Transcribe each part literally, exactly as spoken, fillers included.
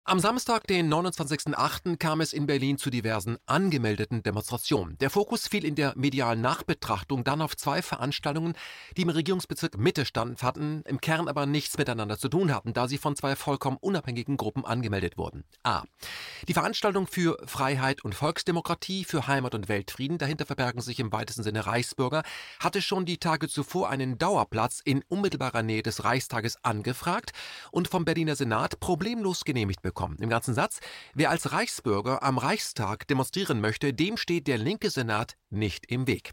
Am Samstag, den neunundzwanzigsten achten, kam es in Berlin zu diversen angemeldeten Demonstrationen. Der Fokus fiel in der medialen Nachbetrachtung dann auf zwei Veranstaltungen, die im Regierungsbezirk Mitte stattfanden, im Kern aber nichts miteinander zu tun hatten, da sie von zwei vollkommen unabhängigen Gruppen angemeldet wurden. A. Die Veranstaltung für Freiheit und Volksdemokratie, für Heimat und Weltfrieden, dahinter verbergen sich im weitesten Sinne Reichsbürger, hatte schon die Tage zuvor einen Dauerplatz in unmittelbarer Nähe des Reichstages angefragt und vom Berliner Senat problemlos genehmigt bekommen. Im ganzen Satz: Wer als Reichsbürger am Reichstag demonstrieren möchte, dem steht der linke Senat nicht im Weg.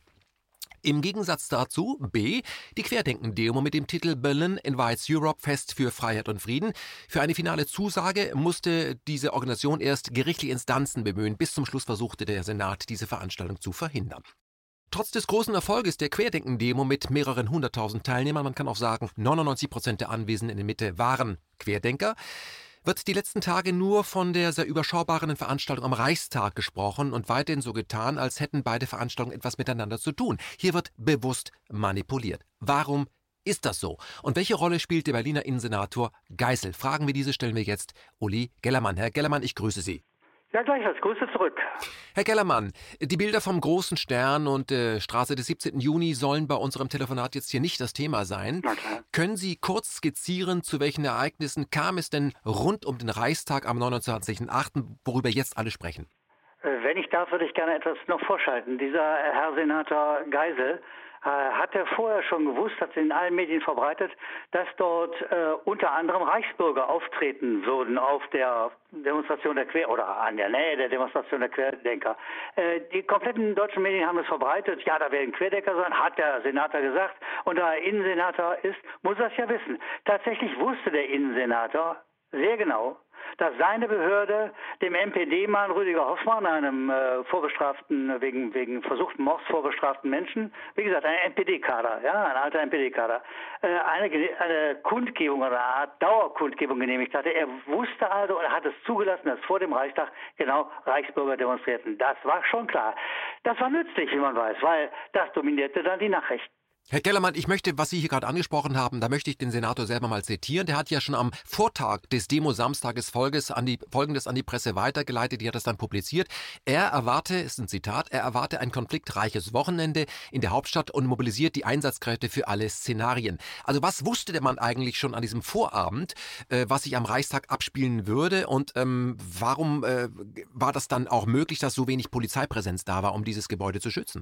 Im Gegensatz dazu B. die Querdenken-Demo mit dem Titel Berlin Invites Europe Fest für Freiheit und Frieden. Für eine finale Zusage musste diese Organisation erst gerichtliche Instanzen bemühen. Bis zum Schluss versuchte der Senat, diese Veranstaltung zu verhindern. Trotz des großen Erfolges der Querdenken-Demo mit mehreren hunderttausend Teilnehmern, man kann auch sagen, neunundneunzig Prozent der Anwesenden in der Mitte waren Querdenker, wird die letzten Tage nur von der sehr überschaubaren Veranstaltung am Reichstag gesprochen und weiterhin so getan, als hätten beide Veranstaltungen etwas miteinander zu tun. Hier wird bewusst manipuliert. Warum ist das so? Und welche Rolle spielt der Berliner Innensenator Geisel? Fragen wir diese, stellen wir jetzt Uli Gellermann. Herr Gellermann, ich grüße Sie. Ja, gleichfalls. Grüße zurück. Herr Gellermann, die Bilder vom Großen Stern und äh, Straße des siebzehnten Juni sollen bei unserem Telefonat jetzt hier nicht das Thema sein. Na klar. Können Sie kurz skizzieren, zu welchen Ereignissen kam es denn rund um den Reichstag am neunundzwanzigsten achten, worüber jetzt alle sprechen? Äh, Wenn ich darf, würde ich gerne etwas noch vorschalten. Dieser Herr Senator Geisel äh, hat er vorher schon gewusst, hat es in allen Medien verbreitet, dass dort äh, unter anderem Reichsbürger auftreten würden auf der Demonstration der Quer- oder an der Nähe der Demonstration der Querdenker. Äh, die kompletten deutschen Medien haben es verbreitet. Ja, da werden Querdenker sein, hat der Senator gesagt. Und da er Innensenator ist, muss er es ja wissen. Tatsächlich wusste der Innensenator sehr genau, dass seine Behörde dem M P D-Mann Rüdiger Hoffmann, einem äh, vorbestraften, wegen, wegen versuchten Mords vorbestraften Menschen, wie gesagt, ein M P D-Kader, ja, ein alter M P D-Kader, äh, eine, eine Kundgebung oder eine Art Dauerkundgebung genehmigt hatte. Er wusste also und hat es zugelassen, dass vor dem Reichstag genau Reichsbürger demonstrierten. Das war schon klar. Das war nützlich, wie man weiß, weil das dominierte dann die Nachrichten. Herr Kellermann, ich möchte, was Sie hier gerade angesprochen haben, da möchte ich den Senator selber mal zitieren. Der hat ja schon am Vortag des Demo-Samstages Folgendes an die, Folgendes an die Presse weitergeleitet, die hat das dann publiziert. Er erwarte, ist ein Zitat, er erwarte ein konfliktreiches Wochenende in der Hauptstadt und mobilisiert die Einsatzkräfte für alle Szenarien. Also was wusste der Mann eigentlich schon an diesem Vorabend, äh, was sich am Reichstag abspielen würde und ähm, warum äh, war das dann auch möglich, dass so wenig Polizeipräsenz da war, um dieses Gebäude zu schützen?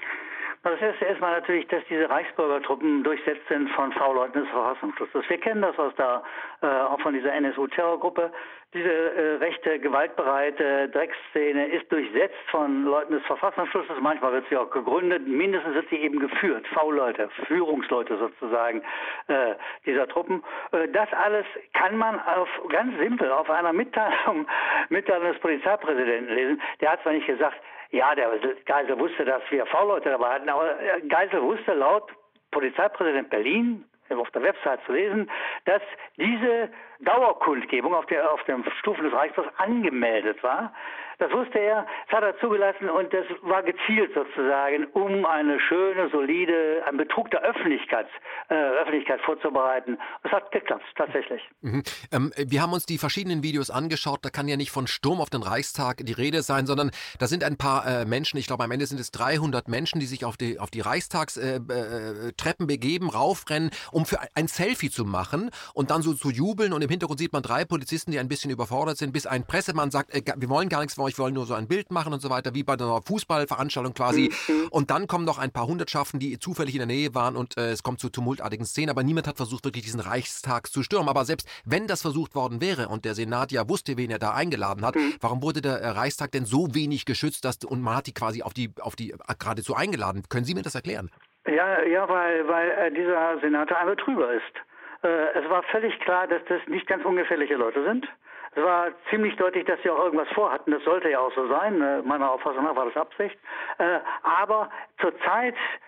Das erste erstmal natürlich, dass diese Reichsbürgertruppen durchsetzt sind von V-Leuten des Verfassungsschutzes. Wir kennen das aus der, äh, auch von dieser N S U-Terrorgruppe. Diese äh, rechte, gewaltbereite Dreckszene ist durchsetzt von Leuten des Verfassungsschutzes. Manchmal wird sie auch gegründet. Mindestens wird sie eben geführt. V-Leute, Führungsleute sozusagen äh, dieser Truppen. Äh, das alles kann man auf ganz simpel auf einer Mitteilung, Mitteilung des Polizeipräsidenten lesen. Der hat zwar nicht gesagt, ja, der Geisel wusste, dass wir V-Leute dabei hatten, aber Geisel wusste laut Polizeipräsident Berlin, auf der Website zu lesen, dass diese Dauerkundgebung auf, der, auf den Stufen des Reichstags angemeldet war. Das wusste er, das hat er zugelassen und das war gezielt sozusagen, um eine schöne, solide, einen Betrug der Öffentlichkeit, äh, Öffentlichkeit vorzubereiten. Das hat geklappt, tatsächlich. Mhm. Ähm, wir haben uns die verschiedenen Videos angeschaut, da kann ja nicht von Sturm auf den Reichstag die Rede sein, sondern da sind ein paar äh, Menschen, ich glaube am Ende sind es dreihundert Menschen, die sich auf die, auf die Reichstagstreppen äh, äh, begeben, raufrennen, um für ein Selfie zu machen und dann so zu jubeln und im Hintergrund sieht man drei Polizisten, die ein bisschen überfordert sind, bis ein Pressemann sagt, äh, wir wollen gar nichts von euch, wollen nur so ein Bild machen und so weiter, wie bei einer Fußballveranstaltung quasi. Mhm. Und dann kommen noch ein paar Hundertschaften, die zufällig in der Nähe waren und äh, es kommt zu tumultartigen Szenen, aber niemand hat versucht, wirklich diesen Reichstag zu stürmen. Aber selbst wenn das versucht worden wäre und der Senat ja wusste, wen er da eingeladen hat, mhm. warum wurde der äh, Reichstag denn so wenig geschützt, dass, und man hat die quasi auf die, auf die äh, geradezu eingeladen? Können Sie mir das erklären? Ja, ja, weil, weil äh, dieser Senator ein Betrüger ist. Äh, es war völlig klar, dass das nicht ganz ungefährliche Leute sind. Es war ziemlich deutlich, dass sie auch irgendwas vorhatten. Das sollte ja auch so sein. Äh, meiner Auffassung nach war das Absicht. Äh, aber zur Zeit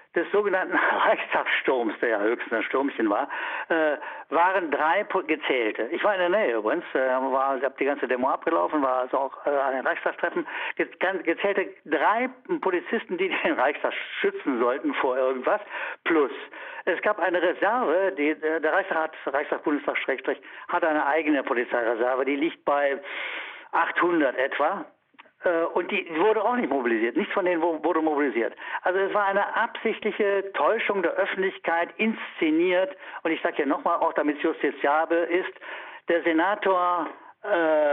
des sogenannten Reichstagssturms, der ja höchstens ein Stürmchen war, äh, waren drei gezählte. Ich war in der Nähe übrigens, äh, war, ich habe die ganze Demo abgelaufen, war also auch äh, an den Reichstagstreffen, ge gezählte drei Polizisten, die den Reichstag schützen sollten vor irgendwas, plus es gab eine Reserve, die, äh, der Reichstag, Reichstag Bundestag Schrägstrich, hat eine eigene Polizeireserve, die liegt bei achthundert etwa. Und die wurde auch nicht mobilisiert. Nichts von denen wurde mobilisiert. Also es war eine absichtliche Täuschung der Öffentlichkeit, inszeniert. Und ich sage hier nochmal, auch damit es justiziabel ist, der Senator äh,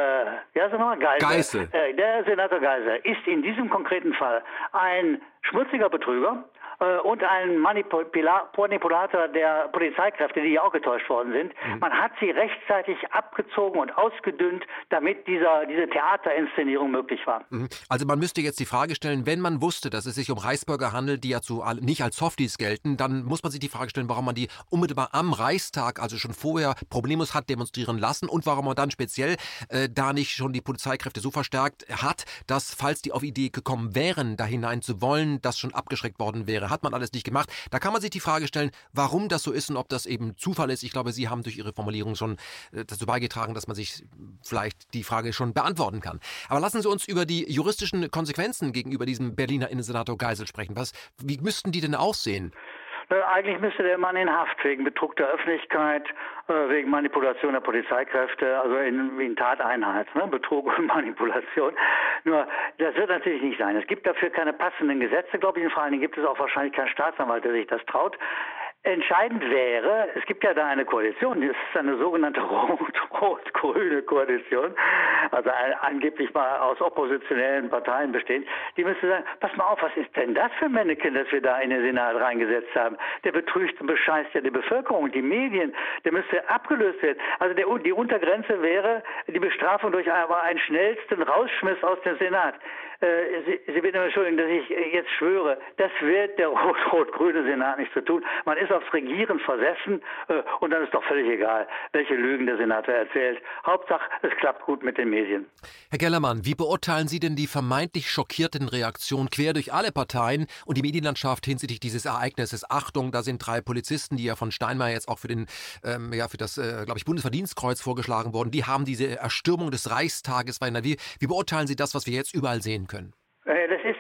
wie heißt er nochmal? Geisel. Geisel. Äh, der Senator Geisel ist in diesem konkreten Fall ein schmutziger Betrüger äh, und ein Manipula Manipulator der Polizeikräfte, die ja auch getäuscht worden sind. Mhm. Man hat sie rechtzeitig abgezogen und ausgedünnt, damit dieser, diese Theaterinszenierung möglich war. Mhm. Also man müsste jetzt die Frage stellen, wenn man wusste, dass es sich um Reichsbürger handelt, die ja zu, nicht als Softies gelten, dann muss man sich die Frage stellen, warum man die unmittelbar am Reichstag, also schon vorher problemlos hat demonstrieren lassen und warum man dann speziell äh, da nicht schon die Polizeikräfte so verstärkt hat, dass, falls die auf die Idee gekommen wären, da hinein zu wollen, das schon abgeschreckt worden wäre. Hat man alles nicht gemacht. Da kann man sich die Frage stellen, warum das so ist und ob das eben Zufall ist. Ich glaube, Sie haben durch Ihre Formulierung schon äh, dazu beigetragen, dass man sich vielleicht die Frage schon beantworten kann. Aber lassen Sie uns über die juristischen Konsequenzen gegenüber diesem Berliner Innensenator Geisel sprechen. Was, wie müssten die denn aussehen? Eigentlich müsste der Mann in Haft wegen Betrug der Öffentlichkeit, äh, wegen Manipulation der Polizeikräfte, also in, in Tateinheit, ne? Betrug und Manipulation. Nur, das wird natürlich nicht sein. Es gibt dafür keine passenden Gesetze, glaube ich, und vor allen Dingen gibt es auch wahrscheinlich keinen Staatsanwalt, der sich das traut. Entscheidend wäre, es gibt ja da eine Koalition, das ist eine sogenannte rot-rot-grüne Koalition, also ein, angeblich mal aus oppositionellen Parteien bestehend, die müsste sagen, pass mal auf, was ist denn das für ein Männchen, das wir da in den Senat reingesetzt haben? Der betrügt und bescheißt ja die Bevölkerung, die Medien, der müsste abgelöst werden. Also der, die Untergrenze wäre die Bestrafung durch aber einen schnellsten Rausschmiss aus dem Senat. Äh, Sie, Sie bitten entschuldigen, dass ich jetzt schwöre, das wird der rot-rot-grüne Senat nicht zu tun. Man ist aufs Regieren versessen äh, und dann ist doch völlig egal, welche Lügen der Senator erzählt. Hauptsache, es klappt gut mit den Medien. Herr Gellermann, wie beurteilen Sie denn die vermeintlich schockierten Reaktionen quer durch alle Parteien und die Medienlandschaft hinsichtlich dieses Ereignisses? Achtung, da sind drei Polizisten, die ja von Steinmeier jetzt auch für den, ähm, ja, für das, äh, glaube ich, Bundesverdienstkreuz vorgeschlagen wurden. Die haben diese Erstürmung des Reichstages verhindert. Wie, wie beurteilen Sie das, was wir jetzt überall sehen können? Das ist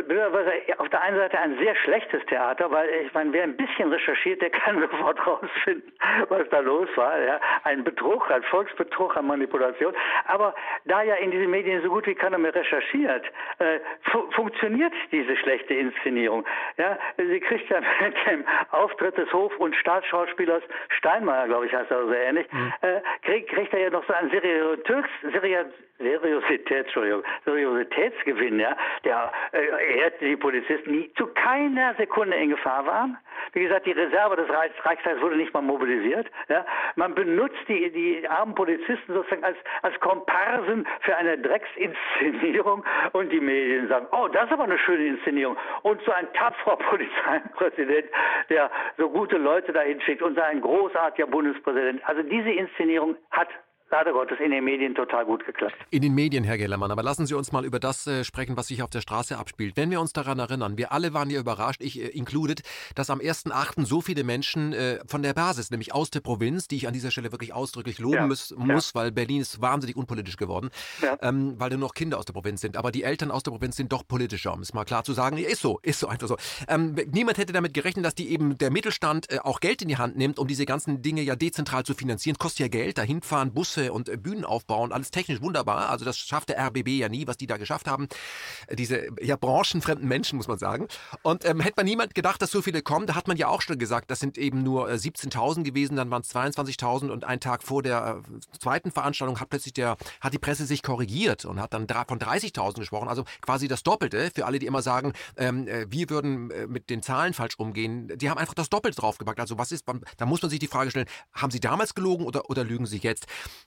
auf der einen Seite ein sehr schlechtes Theater, weil ich meine, wer ein bisschen recherchiert, der kann sofort rausfinden, was da los war. Ja? Ein Betrug, ein Volksbetrug, eine Manipulation. Aber da ja in diesen Medien so gut wie keiner mehr recherchiert, äh, fu funktioniert diese schlechte Inszenierung. Ja? Sie kriegt ja mit dem Auftritt des Hof- und Staatsschauspielers Steinmeier, glaube ich, heißt er so ähnlich, mhm. äh, kriegt, kriegt er ja noch so einen Seriositäts, Serios, Seriosität, Entschuldigung, Seriositätsgewinn, ja, der äh, ehrt die Polizisten, die zu keiner Sekunde in Gefahr waren. Wie gesagt, die Reserve des Reichs Reichstags wurde nicht mal mobilisiert. Ja. Man benutzt die, die armen Polizisten sozusagen als, als Komparsen für eine Drecksinszenierung und die Medien sagen, oh, das ist aber eine schöne Inszenierung. Und so ein tapferer Polizeipräsident, der so gute Leute dahin schickt und so ein großartiger Bundespräsident. Also diese Inszenierung hat leider Gottes in den Medien total gut geklappt. In den Medien, Herr Gellermann. Aber lassen Sie uns mal über das äh, sprechen, was sich auf der Straße abspielt. Wenn wir uns daran erinnern, wir alle waren ja überrascht, ich äh, included, dass am ersten achten so viele Menschen äh, von der Basis, nämlich aus der Provinz, die ich an dieser Stelle wirklich ausdrücklich loben ja. muss, muss ja. weil Berlin ist wahnsinnig unpolitisch geworden, ja. ähm, weil nur noch Kinder aus der Provinz sind. Aber die Eltern aus der Provinz sind doch politischer, um es mal klar zu sagen. Ist so, ist so, einfach so. Ähm, niemand hätte damit gerechnet, dass die eben der Mittelstand äh, auch Geld in die Hand nimmt, um diese ganzen Dinge ja dezentral zu finanzieren. Kostet ja Geld, dahin fahren Busse und äh, Bühnen aufbauen, alles technisch wunderbar. Also das schafft der R B B ja nie, was die da geschafft haben. Diese ja branchenfremden Menschen, muss man sagen. Und ähm, hätte man niemand gedacht, dass so viele kommen, da hat man ja auch schon gesagt, das sind eben nur äh, siebzehntausend gewesen, dann waren es zweiundzwanzigtausend und einen Tag vor der äh, zweiten Veranstaltung hat plötzlich der, hat die Presse sich korrigiert und hat dann von dreißigtausend gesprochen, also quasi das Doppelte. Für alle, die immer sagen, ähm, äh, wir würden äh, mit den Zahlen falsch umgehen, die haben einfach das Doppelte draufgepackt. Also was ist, da muss man sich die Frage stellen, haben sie damals gelogen oder, oder lügen sie jetzt?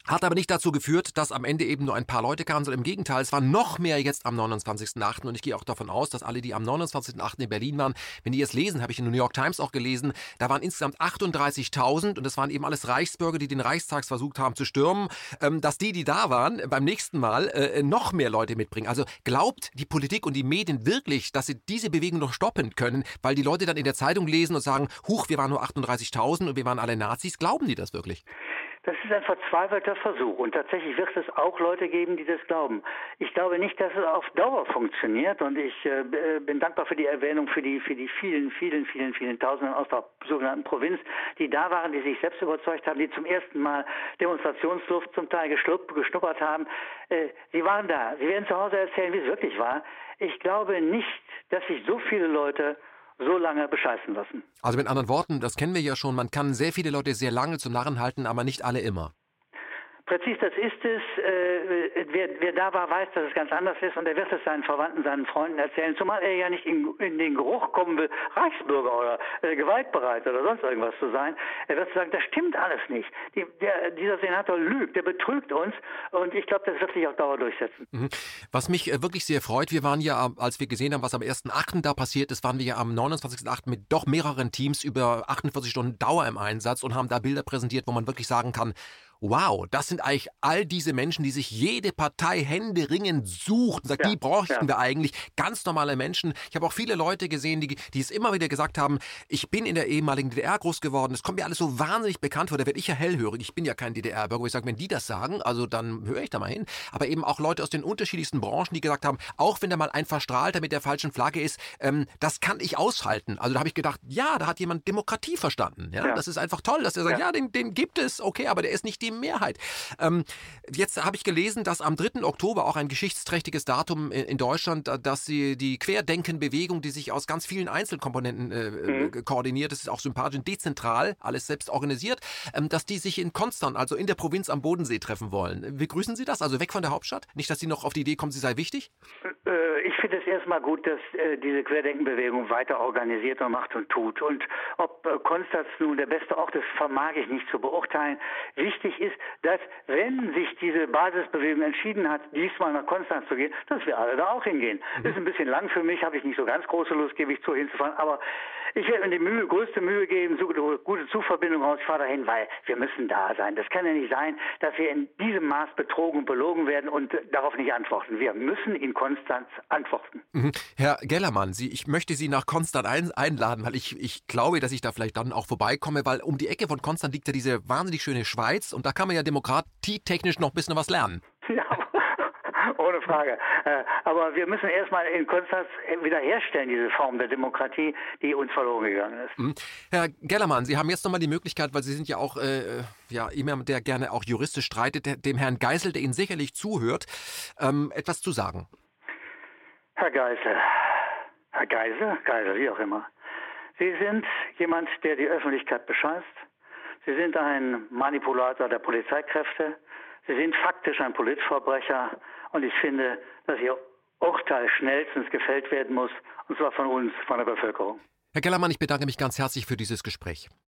Hat aber nicht dazu geführt, dass am Ende eben nur ein paar Leute kamen, sondern im Gegenteil, es waren noch mehr jetzt am neunundzwanzigsten achten Und ich gehe auch davon aus, dass alle, die am neunundzwanzigsten achten in Berlin waren, wenn die es lesen, habe ich in der New York Times auch gelesen, da waren insgesamt achtunddreißigtausend und das waren eben alles Reichsbürger, die den Reichstag versucht haben zu stürmen, ähm, dass die, die da waren, beim nächsten Mal äh, noch mehr Leute mitbringen. Also glaubt die Politik und die Medien wirklich, dass sie diese Bewegung noch stoppen können, weil die Leute dann in der Zeitung lesen und sagen, huch, wir waren nur achtunddreißigtausend und wir waren alle Nazis. Glauben die das wirklich? Das ist ein verzweifelter Versuch und tatsächlich wird es auch Leute geben, die das glauben. Ich glaube nicht, dass es auf Dauer funktioniert und ich äh, bin dankbar für die Erwähnung für die für die vielen, vielen, vielen, vielen Tausenden aus der sogenannten Provinz, die da waren, die sich selbst überzeugt haben, die zum ersten Mal Demonstrationsluft zum Teil geschlupp, geschnuppert haben. Äh, sie waren da. Sie werden zu Hause erzählen, wie es wirklich war. Ich glaube nicht, dass sich so viele Leute so lange bescheißen lassen. Also mit anderen Worten, das kennen wir ja schon, man kann sehr viele Leute sehr lange zum Narren halten, aber nicht alle immer. Präzis, das ist es. Äh, wer, wer da war, weiß, dass es ganz anders ist und er wird es seinen Verwandten, seinen Freunden erzählen, zumal er ja nicht in, in den Geruch kommen will, Reichsbürger oder äh, gewaltbereit oder sonst irgendwas zu sein. Er wird sagen, das stimmt alles nicht. Die, der, dieser Senator lügt, der betrügt uns und ich glaube, das wird sich auf Dauer durchsetzen. Mhm. Was mich äh, wirklich sehr freut, wir waren ja, als wir gesehen haben, was am ersten achten da passiert ist, waren wir ja am neunundzwanzigsten achten mit doch mehreren Teams über achtundvierzig Stunden Dauer im Einsatz und haben da Bilder präsentiert, wo man wirklich sagen kann, wow, das sind eigentlich all diese Menschen, die sich jede Partei händeringend sucht und sagt, ja, die bräuchten ja. wir eigentlich. Ganz normale Menschen. Ich habe auch viele Leute gesehen, die, die es immer wieder gesagt haben, ich bin in der ehemaligen D D R groß geworden. Das kommt mir alles so wahnsinnig bekannt vor. Da werde ich ja hellhörig. Ich bin ja kein D D R-Bürger. Ich sage, wenn die das sagen, also dann höre ich da mal hin. Aber eben auch Leute aus den unterschiedlichsten Branchen, die gesagt haben, auch wenn da mal ein Verstrahlter mit der falschen Flagge ist, ähm, das kann ich aushalten. Also da habe ich gedacht, ja, da hat jemand Demokratie verstanden. Ja? Ja. Das ist einfach toll, dass er sagt, ja, ja den, den gibt es, okay, aber der ist nicht die Mehrheit. Ähm, jetzt habe ich gelesen, dass am dritten Oktober auch ein geschichtsträchtiges Datum in, in Deutschland, dass sie die Querdenken-Bewegung, die sich aus ganz vielen Einzelkomponenten äh, mhm. koordiniert, das ist auch sympathisch und dezentral, alles selbst organisiert, ähm, dass die sich in Konstanz, also in der Provinz am Bodensee treffen wollen. Begrüßen Sie das? Also weg von der Hauptstadt? Nicht, dass Sie noch auf die Idee kommen, sie sei wichtig? Äh, ich finde es erstmal gut, dass äh, diese Querdenken-Bewegung weiter organisiert und macht und tut. Und ob äh, Konstanz nun der beste Ort ist, vermag ich nicht zu beurteilen. Wichtig ist, dass, wenn sich diese Basisbewegung entschieden hat, diesmal nach Konstanz zu gehen, dass wir alle da auch hingehen. Mhm. Das ist ein bisschen lang für mich, habe ich nicht so ganz große Lust, gebe ich zu, hinzufahren, aber ich werde mir die Mühe, größte Mühe geben, so eine gute Zugverbindung raus, ich fahre dahin, weil wir müssen da sein. Das kann ja nicht sein, dass wir in diesem Maß betrogen und belogen werden und darauf nicht antworten. Wir müssen in Konstanz antworten. Mhm. Herr Gellermann, Sie, ich möchte Sie nach Konstanz ein, einladen, weil ich, ich glaube, dass ich da vielleicht dann auch vorbeikomme, weil um die Ecke von Konstanz liegt ja diese wahnsinnig schöne Schweiz und da kann man ja demokratietechnisch noch ein bisschen was lernen. Ja, ohne Frage. Aber wir müssen erstmal in Konstanz wiederherstellen, diese Form der Demokratie, die uns verloren gegangen ist. Mhm. Herr Gellermann, Sie haben jetzt nochmal die Möglichkeit, weil Sie sind ja auch äh, ja, jemand, der gerne auch juristisch streitet, dem Herrn Geisel, der Ihnen sicherlich zuhört, ähm, etwas zu sagen. Herr Geisel, Herr Geisel, Geisel, wie auch immer. Sie sind jemand, der die Öffentlichkeit bescheißt. Sie sind ein Manipulator der Polizeikräfte. Sie sind faktisch ein Politverbrecher. Und ich finde, dass Ihr Urteil schnellstens gefällt werden muss. Und zwar von uns, von der Bevölkerung. Herr Gellermann, ich bedanke mich ganz herzlich für dieses Gespräch.